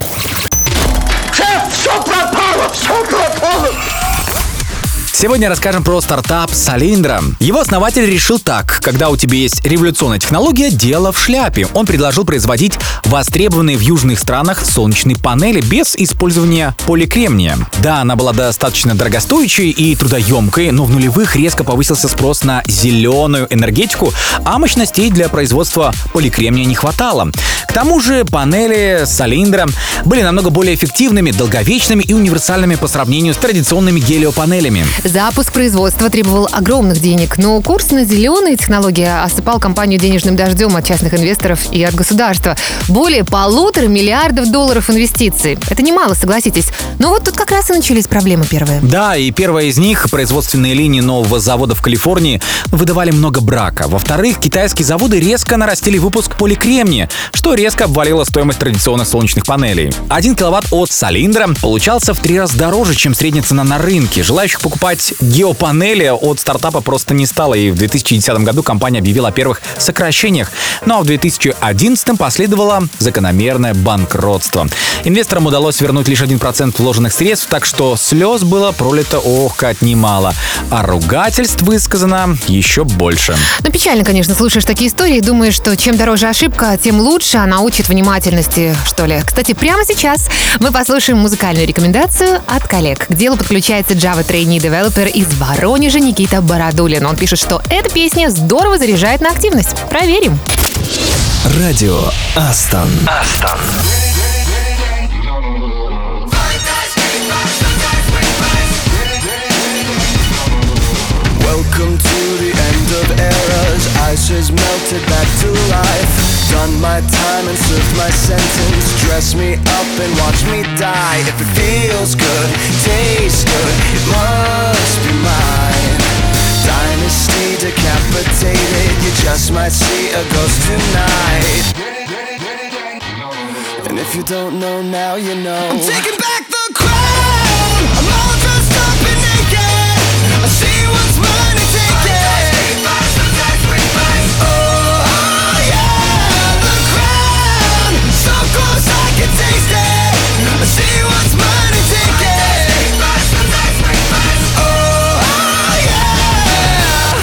Сегодня расскажем про стартап Solyndra. Его основатель решил так: когда у тебя есть революционная технология, дело в шляпе. Он предложил производить востребованные в южных странах солнечные панели без использования поликремния. Да, она была достаточно дорогостоящей и трудоемкой, но в нулевых резко повысился спрос на зеленую энергетику, а мощностей для производства поликремния не хватало. К тому же панели Solyndra были намного более эффективными, долговечными и универсальными по сравнению с традиционными гелиопанелями. Запуск производства требовал огромных денег, но курс на зеленые технологии осыпал компанию денежным дождем от частных инвесторов и от государства. Более $1,5 миллиарда инвестиций. Это немало, согласитесь. Но вот тут как раз и начались проблемы первые. Да, и первая из них, производственные линии нового завода в Калифорнии, выдавали много брака. Во-вторых, китайские заводы резко нарастили выпуск поликремния, что резко обвалило стоимость традиционных солнечных панелей. 1 киловатт от Solyndra получался в 3 раза дороже, чем средняя цена на рынке. Желающих покупать геопанели от стартапа просто не стало, и в 2010 году компания объявила о первых сокращениях. Ну а в 2011 последовало закономерное банкротство. Инвесторам удалось вернуть лишь 1% вложенных средств, так что слез было пролито ох как немало, а ругательств высказано еще больше. Ну, печально, конечно, слушаешь такие истории и думаешь, что чем дороже ошибка, тем лучше она учит внимательности, что ли. Кстати, прямо сейчас мы послушаем музыкальную рекомендацию от коллег. К делу подключается Java Trainee Developer из Воронежа Никита Бородулин. Он пишет, что эта песня здорово заряжает на активность. Проверим. Радио Астон. Welcome to the end of eras. Ice has melted back to life. Done my time and served my sentence. Dress me up and watch me die. If it feels good, tastes good, it must be mine. Dynasty decapitated. You just might see a ghost tonight. And if you don't know now, you know. I'm taking back the crown. I'm all dressed up and naked. I see what's mine and take it. Oh yeah, the crown. So close I can taste it. I see what's mine and take it. Oh yeah.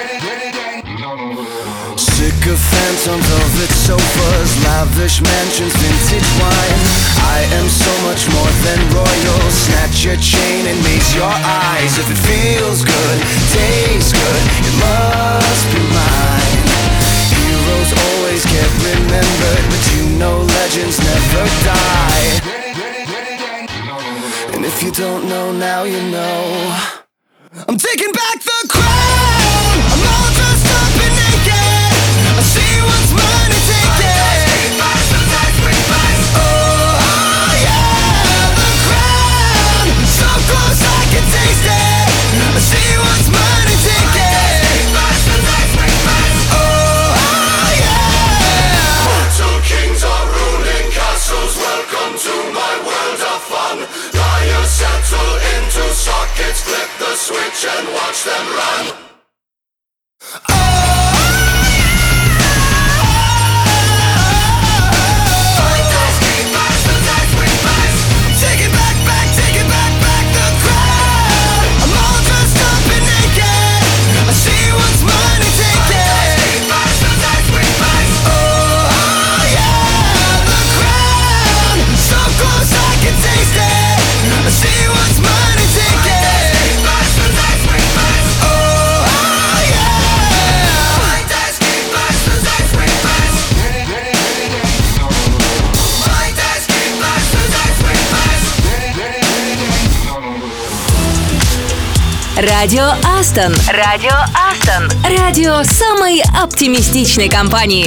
Sycophants on velvet sofas, lavish mansions, vintage wine. I am so much more than royal. Snatch your chain and maze your eyes. If it feels good, tastes good, it must be mine. Heroes always get remembered, but you know legends never die. And if you don't know now, you know. I'm taking back the crown. I'm all dressed up and naked. I see what's mine and take it. Oh yeah, the crown. So close I can taste it. I see what's mine and take it. Oh yeah. Mortal kings are ruling castles. Welcome to my world of fun. Liars settle into sockets. Flip the switch and watch them run. Радио Астон. Радио Астон. Радио самой оптимистичной компании.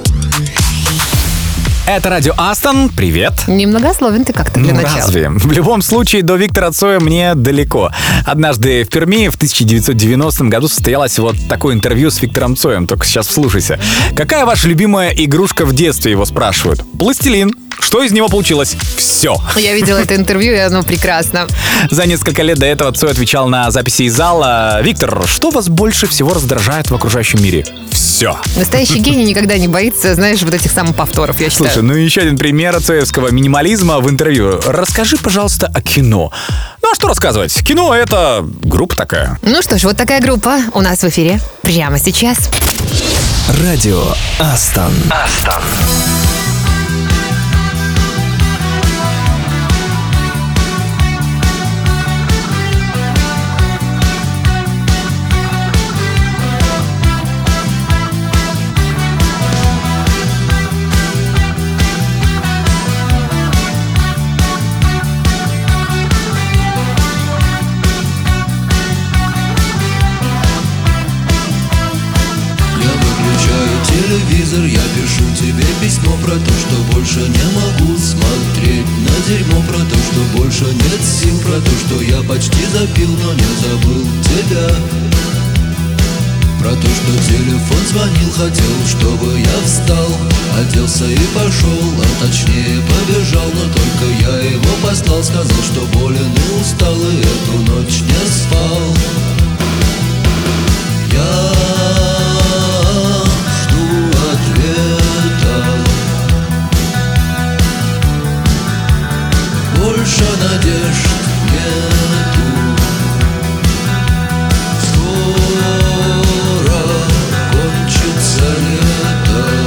Это радио Астон. Привет. Немногословен ты как-то для начала. Разве? В любом случае, до Виктора Цоя мне далеко. Однажды в Перми в 1990 году состоялось вот такое интервью с Виктором Цоем. Только сейчас вслушайся. Какая ваша любимая игрушка в детстве, его спрашивают. Пластилин. Что из него получилось? Все. Я видела это интервью, и оно прекрасно. За несколько лет до этого Цой отвечал на записи из зала. Виктор, что вас больше всего раздражает в окружающем мире? Все. Настоящий гений никогда не боится, знаешь, вот этих самых повторов, я считаю. Слушай, ну еще один пример цоевского минимализма в интервью. Расскажи, пожалуйста, о кино. Ну а что рассказывать? Кино — это группа такая. Ну что ж, вот такая группа у нас в эфире прямо сейчас. Радио Астон. Телевизор, я пишу тебе письмо про то, что больше не могу смотреть на дерьмо, про то, что больше нет сил, про то, что я почти запил, но не забыл тебя, про то, что телефон звонил, хотел, чтобы я встал, оделся и пошел, а точнее побежал, но только я его послал, сказал, что болен и устал, и эту ночь не спал. Я больше надежд нету. Скоро кончится лето.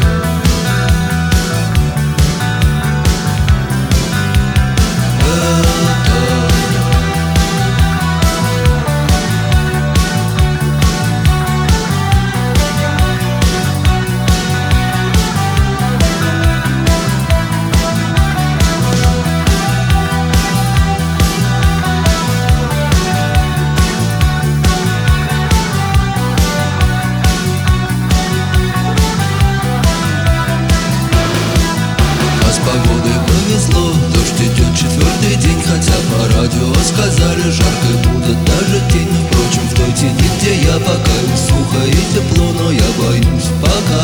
Сказали, жарко будет даже тень. Впрочем, в той тени, где я пока сухо и тепло, но я боюсь пока.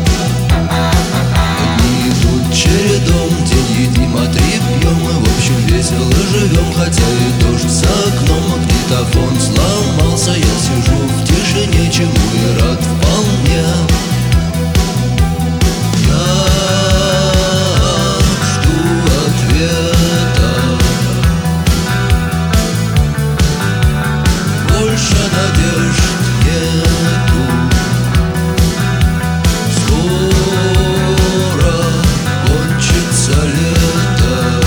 Дни идут чередом, день едим, а три пьем. Мы в общем весело живем, хотя и дождь за окном. Магнитофон сломался, я сижу в тишине, чему и рад вполне. Я жду ответа. Больше надежд нету. Скоро кончится лето.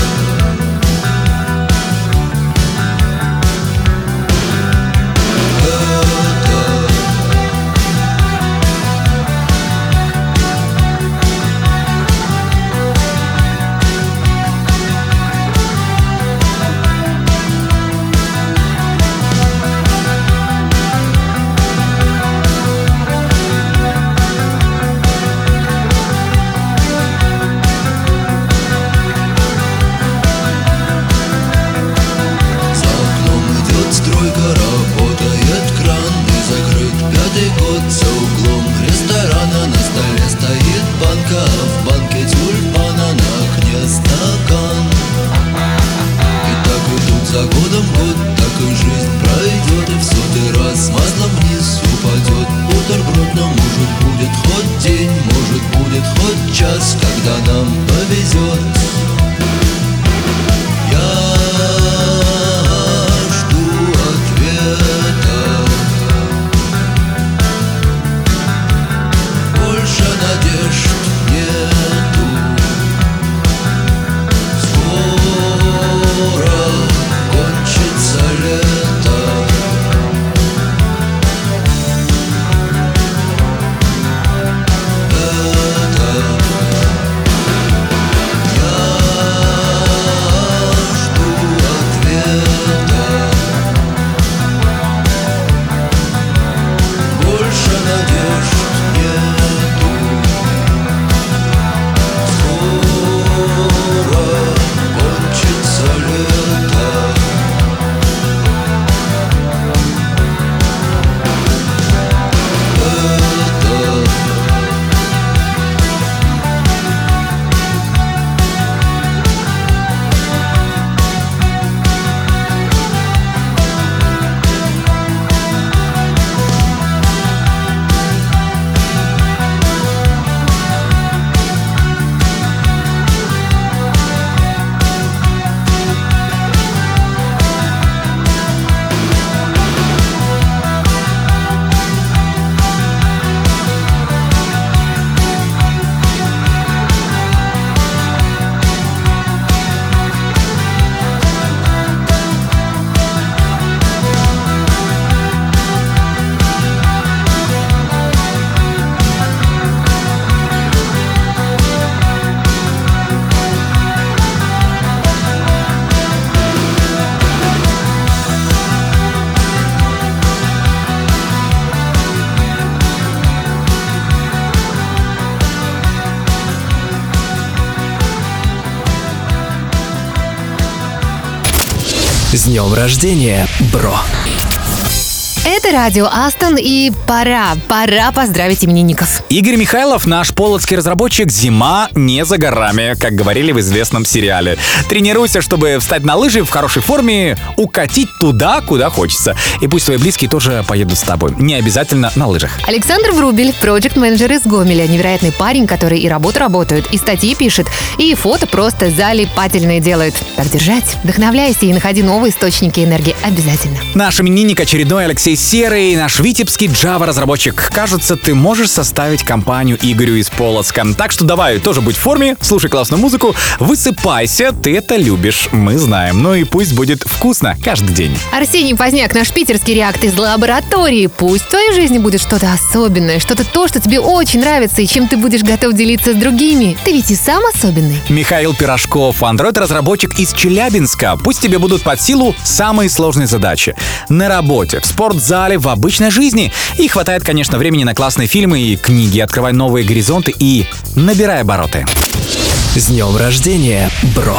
С днем рождения, бро! Это радио Астон, и пора поздравить именинников. Игорь Михайлов, наш полоцкий разработчик, зима не за горами, как говорили в известном сериале. Тренируйся, чтобы встать на лыжи в хорошей форме, укатить туда, куда хочется. И пусть твои близкие тоже поедут с тобой. Не обязательно на лыжах. Александр Врубель, проект-менеджер из Гомеля. Невероятный парень, который и работу работает, и статьи пишет, и фото просто залипательные делает. Так держать. Вдохновляйся и находи новые источники энергии обязательно. Наш именинник очередной Алексей Серый, наш витебский Java-разработчик. Кажется, ты можешь составить компанию Игорю из Полоцка. Так что давай, тоже будь в форме, слушай классную музыку, высыпайся, ты это любишь, мы знаем. Ну и пусть будет вкусно каждый день. Арсений Поздняк, наш питерский реакт из лаборатории. Пусть в твоей жизни будет что-то особенное, что-то то, что тебе очень нравится и чем ты будешь готов делиться с другими. Ты ведь и сам особенный. Михаил Пирожков, андроид-разработчик из Челябинска. Пусть тебе будут под силу самые сложные задачи. На работе, в спортзале, в обычной жизни. И хватает, конечно, времени на классные фильмы и книги. Открывай новые горизонты и набирай обороты. С днем рождения, бро!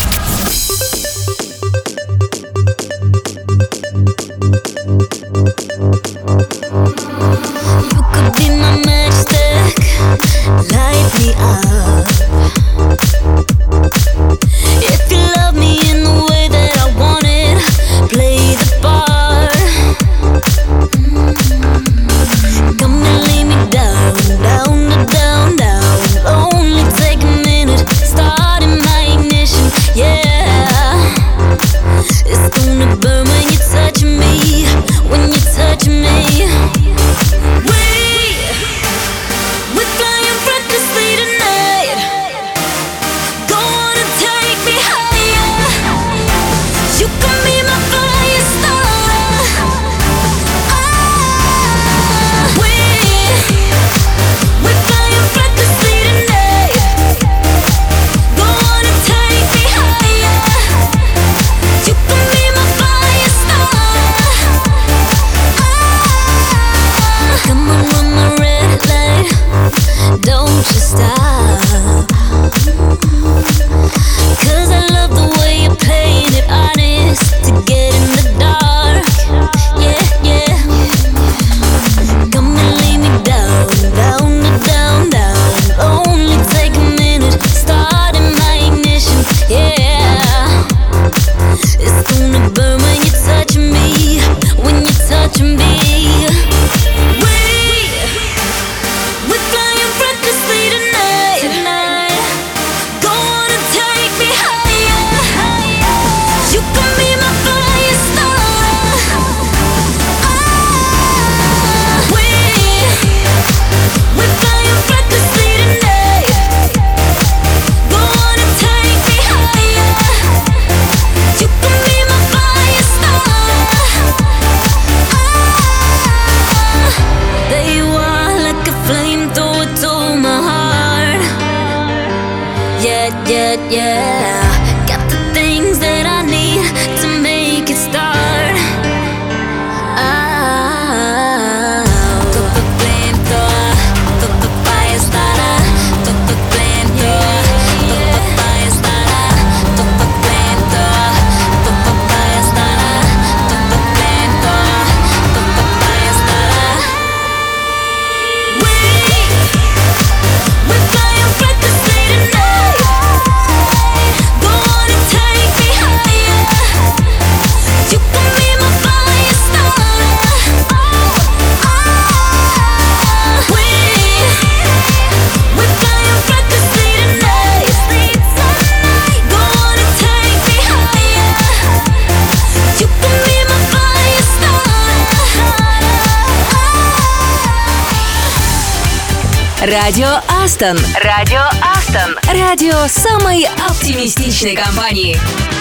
Радио Астон. Радио Астон. Радио самой оптимистичной компании.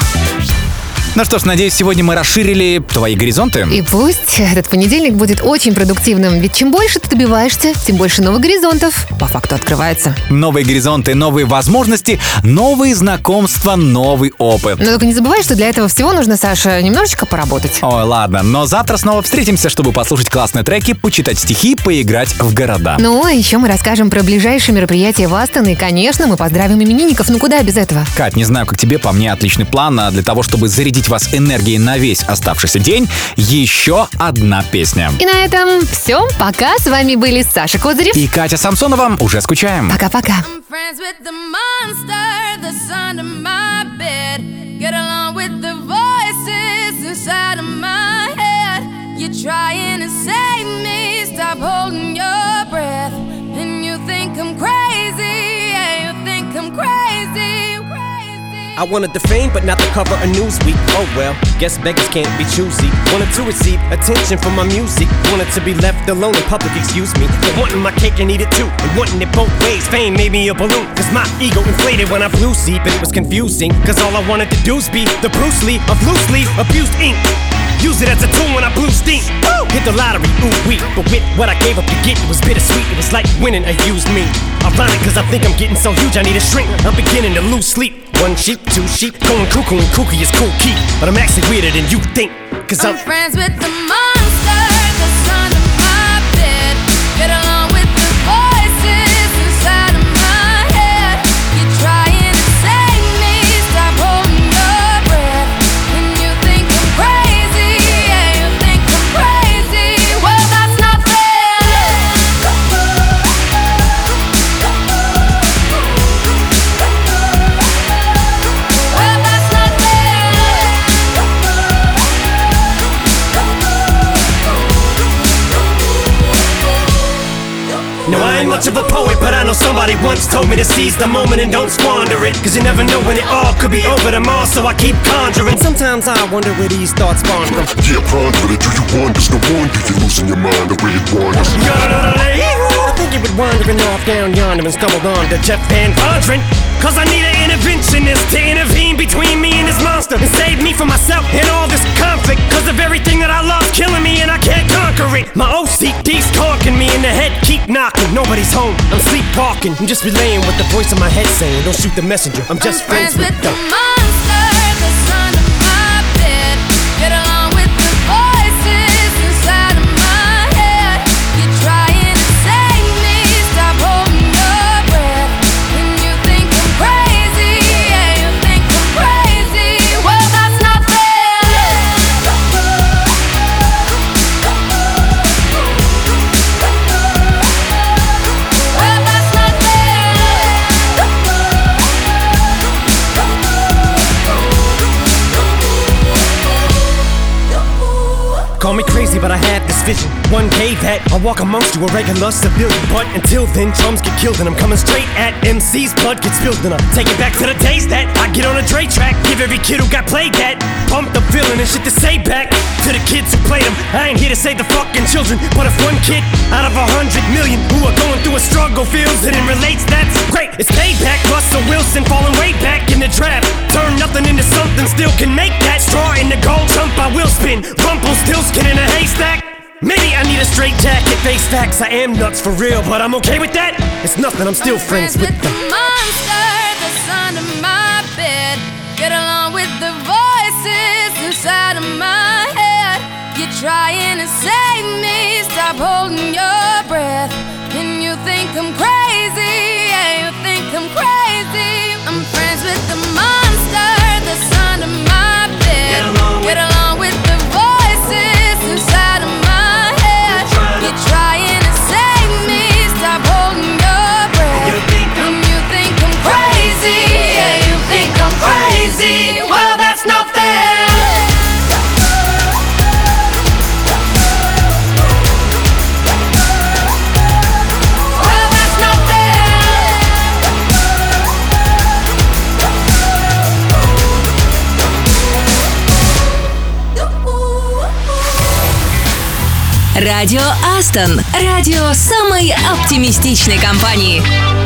Ну что ж, надеюсь, сегодня мы расширили твои горизонты. И пусть этот понедельник будет очень продуктивным, ведь чем больше ты добиваешься, тем больше новых горизонтов по факту открывается. Новые горизонты, новые возможности, новые знакомства, новый опыт. Но только не забывай, что для этого всего нужно, Саша, немножечко поработать. Ой, ладно, но завтра снова встретимся, чтобы послушать классные треки, почитать стихи, поиграть в города. Ну, а еще мы расскажем про ближайшие мероприятия в Астон, и, конечно, мы поздравим именинников, ну куда без этого? Кать, не знаю, как тебе, по мне отличный план для того, чтобы зарядить зарядить вас энергией на весь оставшийся день, еще одна песня. И на этом все. Пока. С вами были Саша Козырев и Катя Самсонова. Уже скучаем. Пока-пока. Friends with the monster that's under my bed. Get along with the voices inside of my head. You're trying to save me, stop holding your breath. And you think I'm crazy, yeah, you think I'm crazy. I wanted the fame, but not the cover of Newsweek. Oh well, guess beggars can't be choosy. Wanted to receive attention from my music. Wanted to be left alone in public, excuse me. But wanting my cake and eat it too. And wanting it both ways, fame made me a balloon. Cause my ego inflated when I flew see, but it was confusing. Cause all I wanted to do is be the Bruce Lee of loosely abused ink. Use it as a tool when I blew steam. Woo! Hit the lottery, ooh wee. But with what I gave up to get, it was bittersweet. It was like winning a used me. Ironic, cause I think I'm getting so huge I need a shrink. I'm beginning to lose sleep. One sheep, two sheep, going cuckoo and kooky is cool key. But I'm actually weirder than you think. Cause I'm friends with the monster that's under my bed. Get along with the voices inside of my head. You're trying to save me, stop holding your breath. And you think I'm crazy, yeah, you think I'm crazy. Well, that's not fair. Well, that's not No, I ain't much of a poet, but I know somebody once told me to seize the moment and don't squander it. Cause you never know when it all could be over tomorrow, so I keep conjuring. Sometimes I wonder where these thoughts spawn from. Yeah, ponder it, do you wonder? No wonder you're losing your mind the way it wanders. I think you were wandering off down yonder and stumbled on to Jeff Van Vondren. Cause I need an interventionist to intervene between me and this monster and save me from myself and all this conflict. Cause of everything that I love killing me and I can't conquer it. My OCD's talking me in the head, keep knocking. Nobody's home, I'm sleepwalking. I'm just relaying what the voice in my head saying. Don't shoot the messenger, I'm just friends with the monster that's under my bed. Get along with the voices inside of my head. You're trying to save me, stop holding your breath. And you think I'm crazy, yeah, you think I'm crazy. Well, that's not Call me crazy, but I had this vision. One day that I'll walk amongst you, a regular civilian. But until then, drums get killed and I'm coming straight at MC's blood gets spilled. And I take it back to the days that I get on a Dre track. Give every kid who got played that pumped up feeling and shit to say back to the kids who played them. I ain't here to save the fucking children, but if one kid out of 100 million who are going through a struggle feels it and relates, that's great. It's payback. Russell Wilson falling way back in the draft. Turn nothing into something, still can make that straw in the gold jump. I will spin. Rumpelstiltskin in a haystack. Maybe I need a straight jacket, face facts. I am nuts for real, but I'm okay with that. It's nothing, I'm still friends with the monster that's under my bed. Get along with the voices inside of my head. You're trying to save me, stop holding your breath. And you think I'm crazy, yeah, you think I'm crazy. I'm friends with the monster that's under my bed. Get along with the voices inside of my head. You're trying to save me, stop holding your breath. And you think I'm crazy, yeah, you think I'm crazy. Well, that's not fair. Well, that's not fair. Радио Астон. Радио самой оптимистичной компании.